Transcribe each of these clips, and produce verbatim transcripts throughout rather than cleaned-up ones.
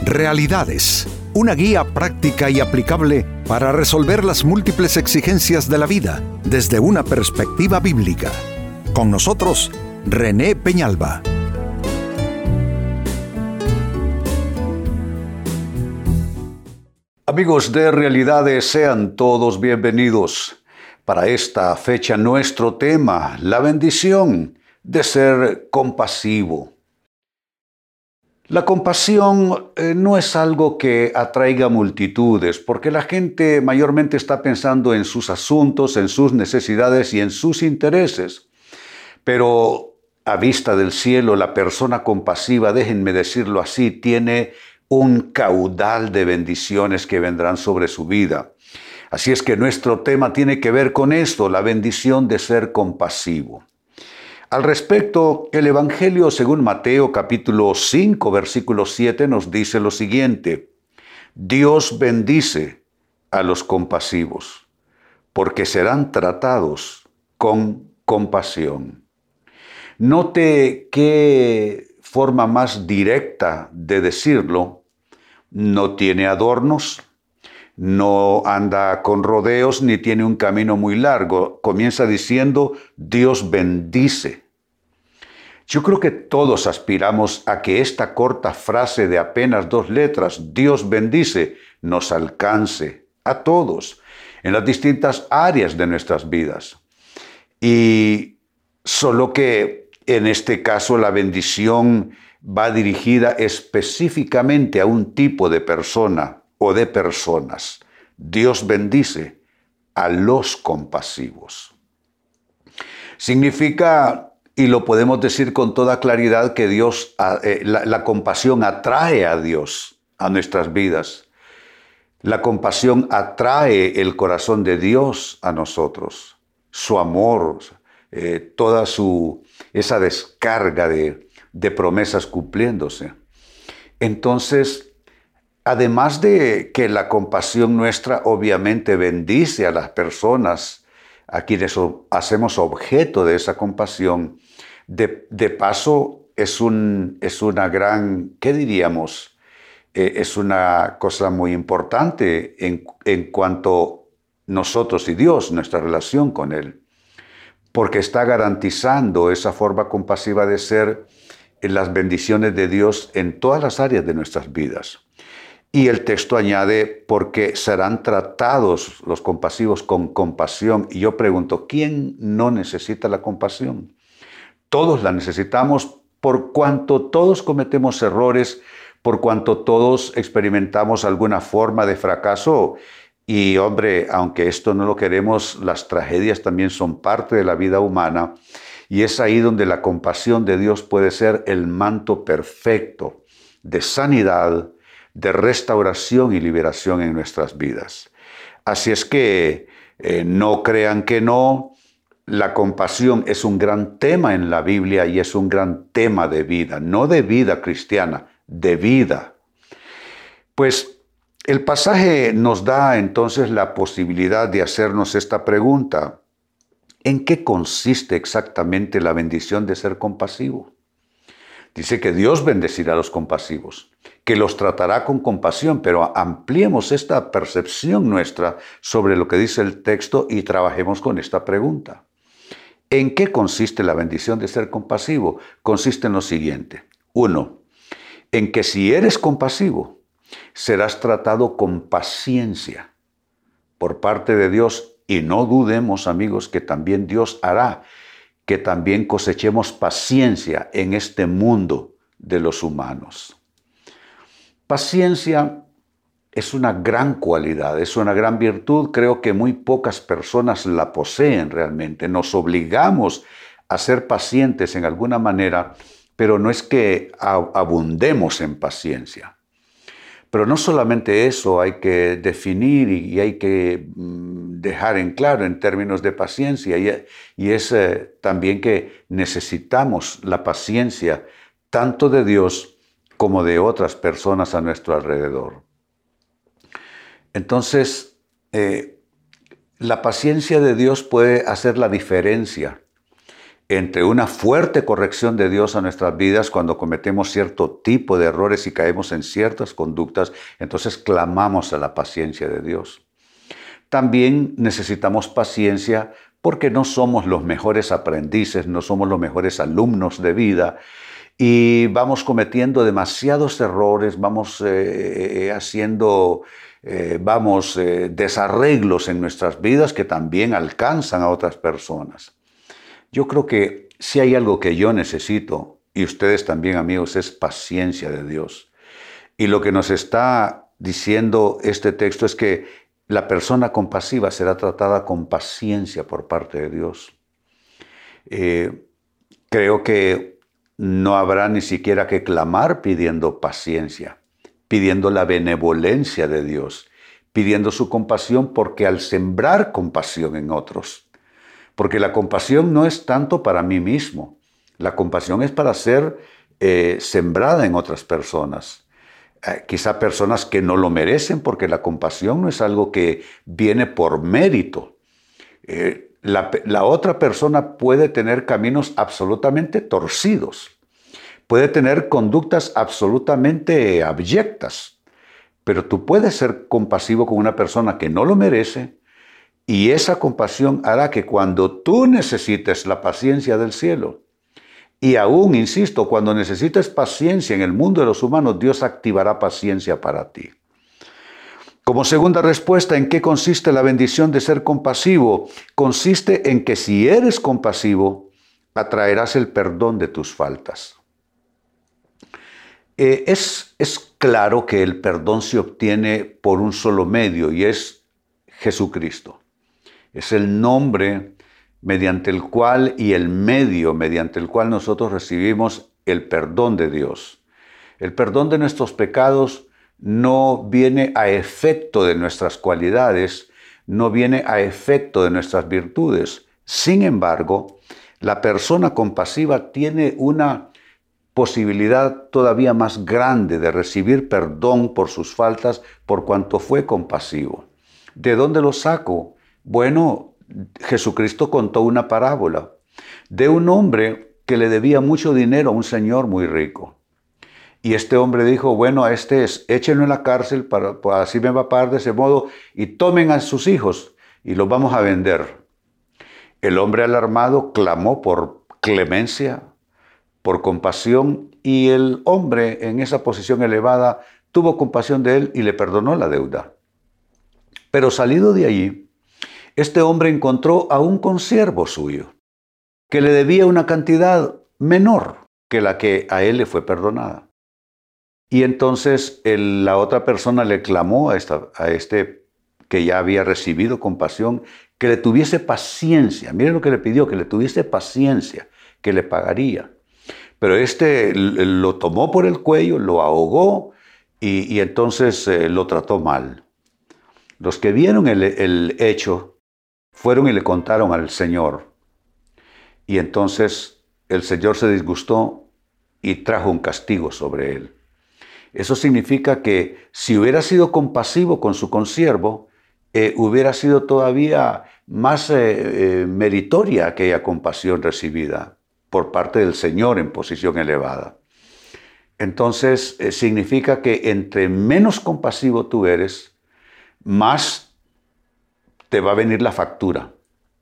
Realidades, una guía práctica y aplicable para resolver las múltiples exigencias de la vida desde una perspectiva bíblica. Con nosotros, René Peñalba. Amigos de Realidades, sean todos bienvenidos. Para esta fecha, nuestro tema, la bendición de ser compasivo. La compasión eh, no es algo que atraiga multitudes, porque la gente mayormente está pensando en sus asuntos, en sus necesidades y en sus intereses. Pero a vista del cielo, la persona compasiva, déjenme decirlo así, tiene un caudal de bendiciones que vendrán sobre su vida. Así es que nuestro tema tiene que ver con esto, la bendición de ser compasivo. Al respecto, el Evangelio según Mateo capítulo cinco, versículo siete nos dice lo siguiente: Dios bendice a los compasivos, porque serán tratados con compasión. Note qué forma más directa de decirlo. No tiene adornos, no anda con rodeos, ni tiene un camino muy largo. Comienza diciendo, Dios bendice. Yo creo que todos aspiramos a que esta corta frase de apenas dos letras, Dios bendice, nos alcance a todos en las distintas áreas de nuestras vidas. Y solo que en este caso la bendición va dirigida específicamente a un tipo de persona o de personas. Dios bendice a los compasivos. Significa, y lo podemos decir con toda claridad, que Dios, eh, la, la compasión atrae a Dios a nuestras vidas. La compasión atrae el corazón de Dios a nosotros. Su amor, eh, toda su, esa descarga de de promesas cumpliéndose. Entonces, además de que la compasión nuestra obviamente bendice a las personas a quienes hacemos objeto de esa compasión, de, de paso es, un, es una gran, ¿qué diríamos? Eh, es una cosa muy importante en, en cuanto nosotros y Dios, nuestra relación con Él, porque está garantizando esa forma compasiva de ser en las bendiciones de Dios en todas las áreas de nuestras vidas. Y el texto añade, porque serán tratados los compasivos con compasión. Y yo pregunto, ¿quién no necesita la compasión? Todos la necesitamos por cuanto todos cometemos errores, por cuanto todos experimentamos alguna forma de fracaso. Y hombre, aunque esto no lo queremos, las tragedias también son parte de la vida humana. Y es ahí donde la compasión de Dios puede ser el manto perfecto de sanidad, de restauración y liberación en nuestras vidas. Así es que eh, no crean que no, la compasión es un gran tema en la Biblia y es un gran tema de vida, no de vida cristiana, de vida. Pues el pasaje nos da entonces la posibilidad de hacernos esta pregunta. ¿En qué consiste exactamente la bendición de ser compasivo? Dice que Dios bendecirá a los compasivos, que los tratará con compasión, pero ampliemos esta percepción nuestra sobre lo que dice el texto y trabajemos con esta pregunta. ¿En qué consiste la bendición de ser compasivo? Consiste en lo siguiente. Uno, en que si eres compasivo, serás tratado con paciencia por parte de Dios. Y no dudemos, amigos, que también Dios hará que también cosechemos paciencia en este mundo de los humanos. Paciencia es una gran cualidad, es una gran virtud. Creo que muy pocas personas la poseen realmente. Nos obligamos a ser pacientes en alguna manera, pero no es que abundemos en paciencia. Pero no solamente eso, hay que definir y hay que dejar en claro en términos de paciencia, y es eh, también que necesitamos la paciencia tanto de Dios como de otras personas a nuestro alrededor. Entonces, eh, la paciencia de Dios puede hacer la diferencia entre una fuerte corrección de Dios a nuestras vidas cuando cometemos cierto tipo de errores y caemos en ciertas conductas, entonces clamamos a la paciencia de Dios. También necesitamos paciencia porque no somos los mejores aprendices, no somos los mejores alumnos de vida y vamos cometiendo demasiados errores, vamos eh, haciendo, eh, vamos, eh, desarreglos en nuestras vidas que también alcanzan a otras personas. Yo creo que si hay algo que yo necesito, y ustedes también, amigos, es paciencia de Dios. Y lo que nos está diciendo este texto es que la persona compasiva será tratada con paciencia por parte de Dios. Eh, creo que no habrá ni siquiera que clamar pidiendo paciencia, pidiendo la benevolencia de Dios, pidiendo su compasión, porque al sembrar compasión en otros, porque la compasión no es tanto para mí mismo, la compasión es para ser eh, sembrada en otras personas. Eh, quizá personas que no lo merecen, porque la compasión no es algo que viene por mérito. Eh, la, la otra persona puede tener caminos absolutamente torcidos, puede tener conductas absolutamente abyectas, pero tú puedes ser compasivo con una persona que no lo merece, y esa compasión hará que cuando tú necesites la paciencia del cielo, y aún, insisto, cuando necesites paciencia en el mundo de los humanos, Dios activará paciencia para ti. Como segunda respuesta, ¿en qué consiste la bendición de ser compasivo? Consiste en que si eres compasivo, atraerás el perdón de tus faltas. Eh, es, es claro que el perdón se obtiene por un solo medio, y es Jesucristo. Es el nombre mediante el cual y el medio mediante el cual nosotros recibimos el perdón de Dios. El perdón de nuestros pecados no viene a efecto de nuestras cualidades, no viene a efecto de nuestras virtudes. Sin embargo, la persona compasiva tiene una posibilidad todavía más grande de recibir perdón por sus faltas por cuanto fue compasivo. ¿De dónde lo saco? Bueno, Jesucristo contó una parábola de un hombre que le debía mucho dinero a un señor muy rico. Y este hombre dijo, bueno, a este es, échenlo en la cárcel, para, para así me va a pagar de ese modo, y tomen a sus hijos y los vamos a vender. El hombre alarmado clamó por clemencia, por compasión, y el hombre en esa posición elevada tuvo compasión de él y le perdonó la deuda. Pero salido de allí, este hombre encontró a un consiervo suyo que le debía una cantidad menor que la que a él le fue perdonada. Y entonces el, la otra persona le clamó a, esta, a este que ya había recibido compasión, que le tuviese paciencia. Miren lo que le pidió, que le tuviese paciencia, que le pagaría. Pero este lo tomó por el cuello, lo ahogó y, y entonces eh, lo trató mal. Los que vieron el, el hecho fueron y le contaron al Señor. Y entonces el Señor se disgustó y trajo un castigo sobre él. Eso significa que si hubiera sido compasivo con su consiervo, eh, hubiera sido todavía más eh, eh, meritoria aquella compasión recibida por parte del Señor en posición elevada. Entonces eh, significa que entre menos compasivo tú eres, más te va a venir la factura,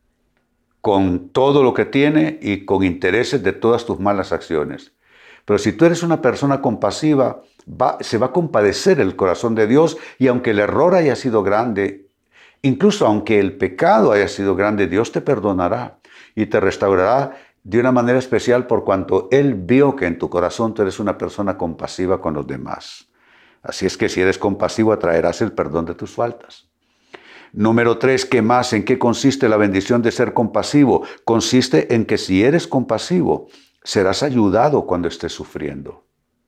con todo lo que tiene y con intereses de todas tus malas acciones. Pero si tú eres una persona compasiva, va, se va a compadecer el corazón de Dios, y aunque el error haya sido grande, incluso aunque el pecado haya sido grande, Dios te perdonará y te restaurará de una manera especial por cuanto Él vio que en tu corazón tú eres una persona compasiva con los demás. Así es que si eres compasivo, atraerás el perdón de tus faltas. Número tres, ¿qué más? ¿En qué consiste la bendición de ser compasivo? Consiste en que si eres compasivo, serás ayudado cuando estés sufriendo.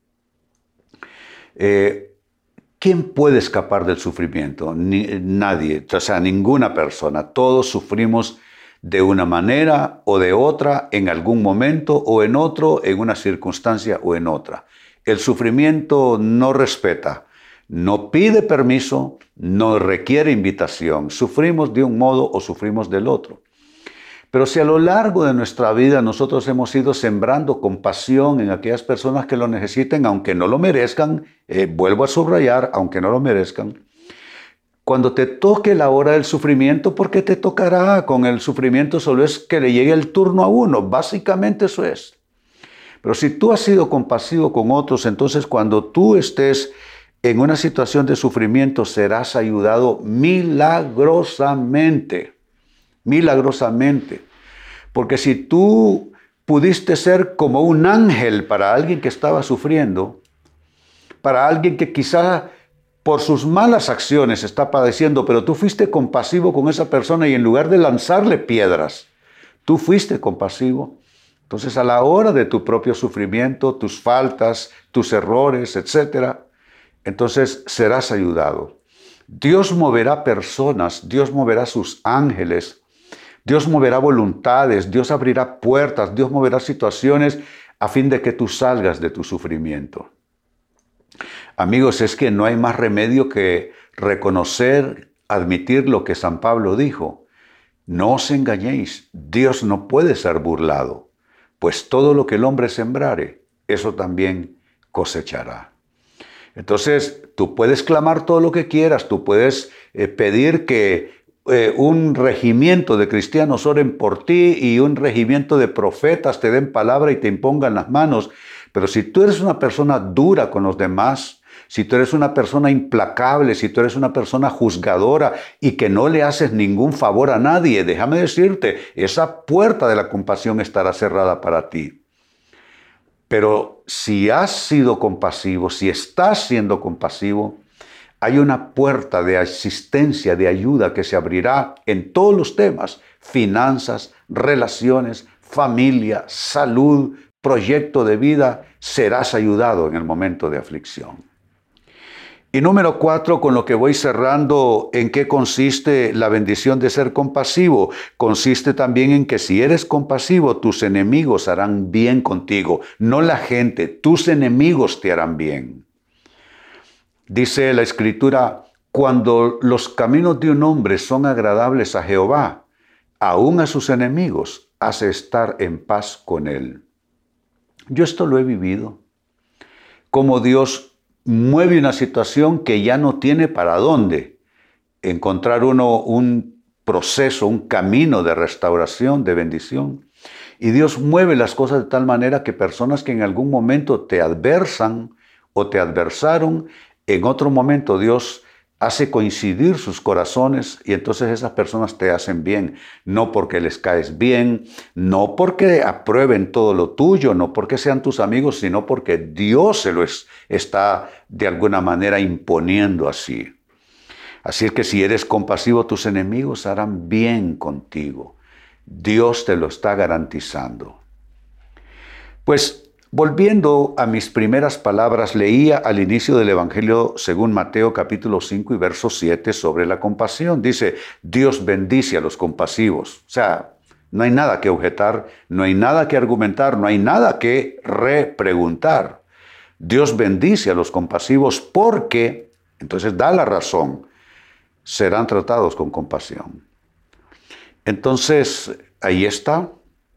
Eh, ¿Quién puede escapar del sufrimiento? Ni, nadie, o sea, ninguna persona. Todos sufrimos de una manera o de otra, en algún momento o en otro, en una circunstancia o en otra. El sufrimiento no respeta, no pide permiso, no requiere invitación. Sufrimos de un modo o sufrimos del otro. Pero si a lo largo de nuestra vida nosotros hemos ido sembrando compasión en aquellas personas que lo necesiten, aunque no lo merezcan, eh, vuelvo a subrayar, aunque no lo merezcan, cuando te toque la hora del sufrimiento, porque te tocará, con el sufrimiento solo es que le llegue el turno a uno, básicamente eso es. Pero si tú has sido compasivo con otros, entonces cuando tú estés en una situación de sufrimiento serás ayudado milagrosamente, milagrosamente. Porque si tú pudiste ser como un ángel para alguien que estaba sufriendo, para alguien que quizá por sus malas acciones está padeciendo, pero tú fuiste compasivo con esa persona y en lugar de lanzarle piedras, tú fuiste compasivo. Entonces a la hora de tu propio sufrimiento, tus faltas, tus errores, etcétera, entonces serás ayudado. Dios moverá personas, Dios moverá sus ángeles, Dios moverá voluntades, Dios abrirá puertas, Dios moverá situaciones a fin de que tú salgas de tu sufrimiento. Amigos, es que no hay más remedio que reconocer, admitir lo que San Pablo dijo. No os engañéis, Dios no puede ser burlado. Pues todo lo que el hombre sembrare, eso también cosechará. Entonces, tú puedes clamar todo lo que quieras, tú puedes eh, pedir que eh, un regimiento de cristianos oren por ti y un regimiento de profetas te den palabra y te impongan las manos, pero si tú eres una persona dura con los demás, si tú eres una persona implacable, si tú eres una persona juzgadora y que no le haces ningún favor a nadie, déjame decirte, esa puerta de la compasión estará cerrada para ti. Pero si has sido compasivo, si estás siendo compasivo, hay una puerta de asistencia, de ayuda que se abrirá en todos los temas: finanzas, relaciones, familia, salud, proyecto de vida. Serás ayudado en el momento de aflicción. Y número cuatro, con lo que voy cerrando, ¿en qué consiste la bendición de ser compasivo? Consiste también en que si eres compasivo, tus enemigos harán bien contigo. No la gente, tus enemigos te harán bien. Dice la Escritura, cuando los caminos de un hombre son agradables a Jehová, aún a sus enemigos hace estar en paz con él. Yo esto lo he vivido. Como Dios mueve una situación que ya no tiene para dónde. Encontrar uno un proceso, un camino de restauración, de bendición. Y Dios mueve las cosas de tal manera que personas que en algún momento te adversan o te adversaron, en otro momento Dios hace coincidir sus corazones y entonces esas personas te hacen bien, no porque les caes bien, no porque aprueben todo lo tuyo, no porque sean tus amigos, sino porque Dios se lo es, está de alguna manera imponiendo así. Así es que si eres compasivo, tus enemigos harán bien contigo. Dios te lo está garantizando. Pues, volviendo a mis primeras palabras, leía al inicio del Evangelio según Mateo capítulo cinco y verso siete sobre la compasión. Dice, Dios bendice a los compasivos. O sea, no hay nada que objetar, no hay nada que argumentar, no hay nada que repreguntar. Dios bendice a los compasivos porque, entonces da la razón, serán tratados con compasión. Entonces, ahí está,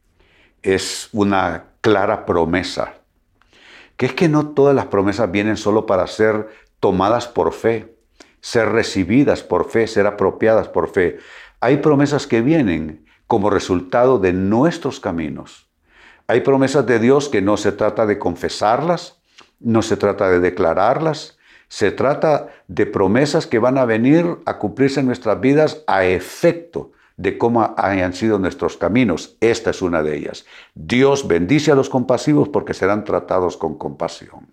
es una clara promesa, que es que no todas las promesas vienen solo para ser tomadas por fe, ser recibidas por fe, ser apropiadas por fe. Hay promesas que vienen como resultado de nuestros caminos. Hay promesas de Dios que no se trata de confesarlas, no se trata de declararlas, se trata de promesas que van a venir a cumplirse en nuestras vidas a efecto de cómo hayan sido nuestros caminos. Esta es una de ellas. Dios bendice a los compasivos porque serán tratados con compasión.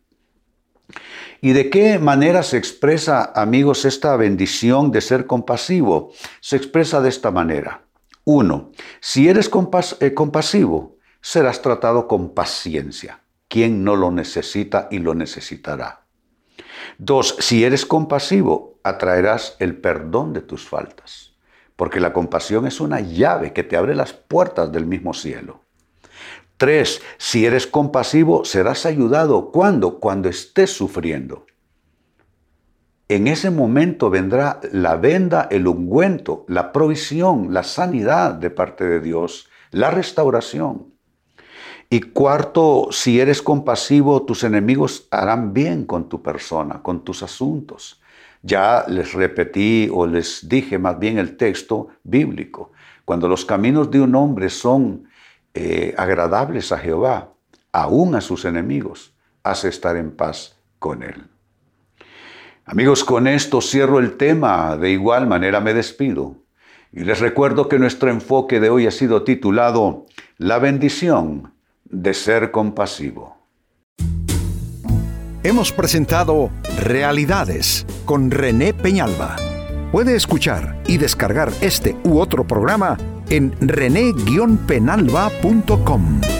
¿Y de qué manera se expresa, amigos, esta bendición de ser compasivo? Se expresa de esta manera. Uno, si eres compas- eh, compasivo, serás tratado con paciencia. ¿Quién no lo necesita y lo necesitará? Dos, si eres compasivo, atraerás el perdón de tus faltas, porque la compasión es una llave que te abre las puertas del mismo cielo. Tres, si eres compasivo, serás ayudado. ¿Cuándo? Cuando estés sufriendo. en ese momento vendrá la venda, el ungüento, la provisión, la sanidad de parte de Dios, la restauración. Y cuarto, si eres compasivo, tus enemigos harán bien con tu persona, con tus asuntos. Ya les repetí o les dije más bien el texto bíblico. Cuando los caminos de un hombre son eh, agradables a Jehová, aún a sus enemigos, hace estar en paz con él. Amigos, con esto cierro el tema. De igual manera me despido. Y les recuerdo que nuestro enfoque de hoy ha sido titulado La bendición de ser compasivo. Hemos presentado Realidades con René Peñalba. Puede escuchar y descargar este u otro programa en rené guion penalba punto com.